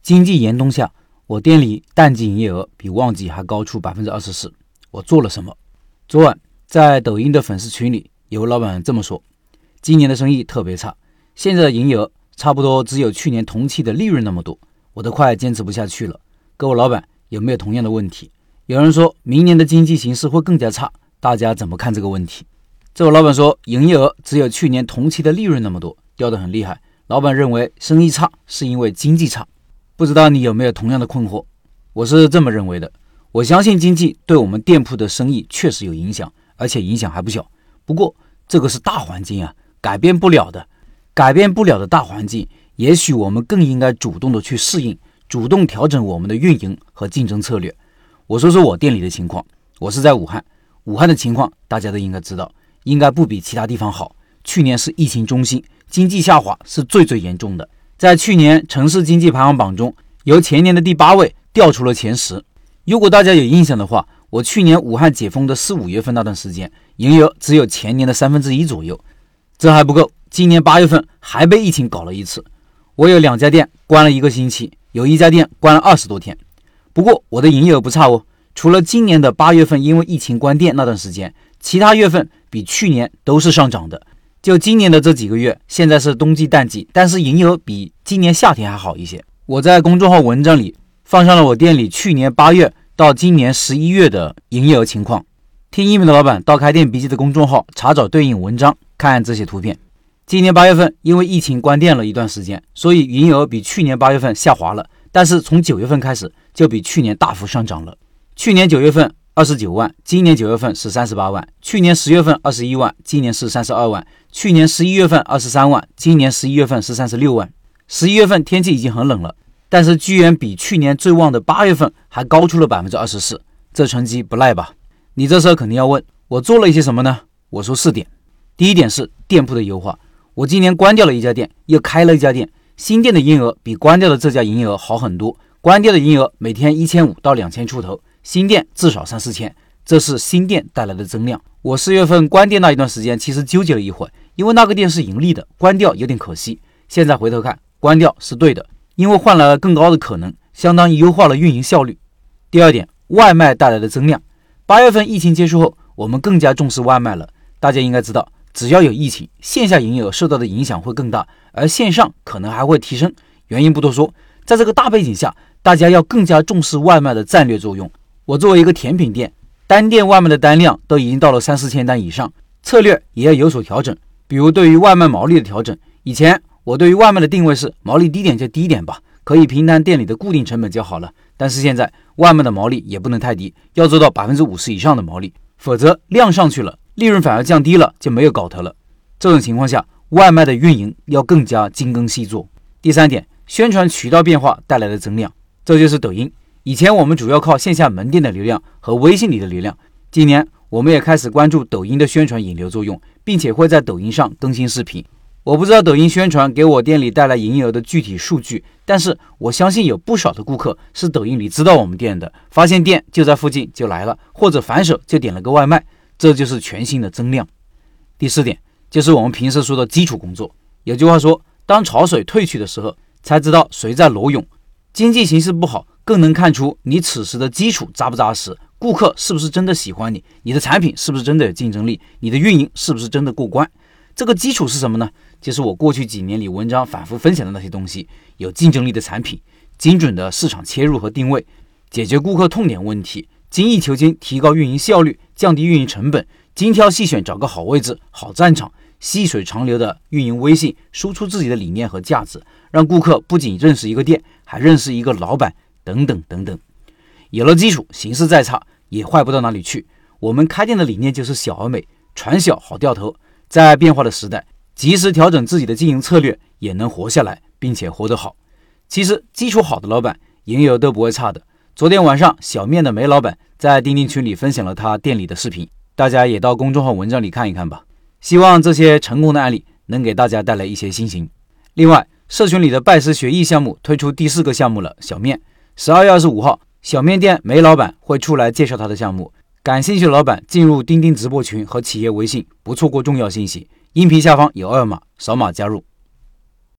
经济严冬下，我店里淡季营业额比旺季还高出 24%， 我做了什么？昨晚在抖音的粉丝群里，有个老板这么说：今年的生意特别差，现在的营业额差不多只有去年同期的利润那么多，我都快坚持不下去了。各位老板有没有同样的问题？有人说明年的经济形势会更加差，大家怎么看这个问题？这位老板说营业额只有去年同期的利润那么多，掉得很厉害。老板认为生意差是因为经济差，不知道你有没有同样的困惑？我是这么认为的，我相信经济对我们店铺的生意确实有影响，而且影响还不小。不过这个是大环境啊，改变不了的大环境，也许我们更应该主动的去适应，主动调整我们的运营和竞争策略。我说说我店里的情况，我是在武汉的情况大家都应该知道，应该不比其他地方好。去年是疫情中心，经济下滑是最严重的，在去年城市经济排行榜中，由前年的第8位掉出了前10。如果大家有印象的话，我去年武汉解封的4、5月份那段时间，营业额只有前年的1/3左右。这还不够，今年8月份还被疫情搞了一次。我有2家店关了1个星期，有1家店关了20多天。不过我的营业额不差哦，除了今年的8月份因为疫情关店那段时间，其他月份比去年都是上涨的。就今年的这几个月，现在是冬季淡季，但是营业额比今年夏天还好一些。我在公众号文章里放上了我店里去年8月到今年11月的营业额情况，听音频的老板到开店笔记的公众号查找对应文章，看这些图片。今年8月份因为疫情关店了一段时间，所以营业额比去年8月份下滑了，但是从9月份开始就比去年大幅上涨了。去年9月份29万，今年9月份是38万，去年10月份21万，今年是32万，去年11月份23万，今年11月份是36万。11月份天气已经很冷了，但是居然比去年最旺的8月份还高出了 24%， 这成绩不赖吧？你这时候肯定要问，我做了一些什么呢？我说4点。第一点是店铺的优化，我今年关掉了1家店，又开了1家店，新店的营业额比关掉的这家营业额好很多，关掉的营业额每天1500到2000出头，新店至少3、4千，这是新店带来的增量。我4月份关店那一段时间其实纠结了一会儿，因为那个店是盈利的，关掉有点可惜。现在回头看，关掉是对的，因为换来了更高的可能，相当于优化了运营效率。第二点，外卖带来的增量。8月份疫情结束后，我们更加重视外卖了。大家应该知道，只要有疫情，线下营业额受到的影响会更大，而线上可能还会提升。原因不多说，在这个大背景下，大家要更加重视外卖的战略作用。我作为一个甜品店，单店外卖的单量都已经到了3、4千单以上，策略也要有所调整。比如对于外卖毛利的调整，以前我对于外卖的定位是毛利低点就低点吧，可以平摊店里的固定成本就好了。但是现在外卖的毛利也不能太低，要做到 50% 以上的毛利，否则量上去了，利润反而降低了，就没有搞头了。这种情况下，外卖的运营要更加精耕细作。第3点，宣传渠道变化带来的增量，这就是抖音。以前我们主要靠线下门店的流量和微信里的流量，今年我们也开始关注抖音的宣传引流作用，并且会在抖音上更新视频。我不知道抖音宣传给我店里带来营业额的具体数据，但是我相信有不少的顾客是抖音里知道我们店的，发现店就在附近就来了，或者反手就点了个外卖，这就是全新的增量。第4点，就是我们平时说的基础工作。有句话说，当潮水退去的时候，才知道谁在裸泳。经济形势不好，更能看出你此时的基础扎不扎实，顾客是不是真的喜欢你，你的产品是不是真的有竞争力，你的运营是不是真的过关。这个基础是什么呢？就是我过去几年里文章反复分享的那些东西，有竞争力的产品，精准的市场切入和定位，解决顾客痛点问题，精益求精提高运营效率，降低运营成本，精挑细选找个好位置好战场，细水长流的运营微信，输出自己的理念和价值，让顾客不仅认识一个店，还认识一个老板，等等等等。有了基础，形势再差也坏不到哪里去。我们开店的理念就是小而美，船小好掉头，在变化的时代，及时调整自己的经营策略，也能活下来，并且活得好。其实基础好的老板营业额都不会差的。昨天晚上小面的梅老板在钉钉群里分享了他店里的视频，大家也到公众号文章里看一看吧。希望这些成功的案例能给大家带来一些信心。另外，社群里的拜师学艺项目推出第4个项目了，小面。12月25号，小面店梅老板会出来介绍他的项目，感兴趣的老板进入钉钉直播群和企业微信，不错过重要信息。音频下方有2维码，扫码加入。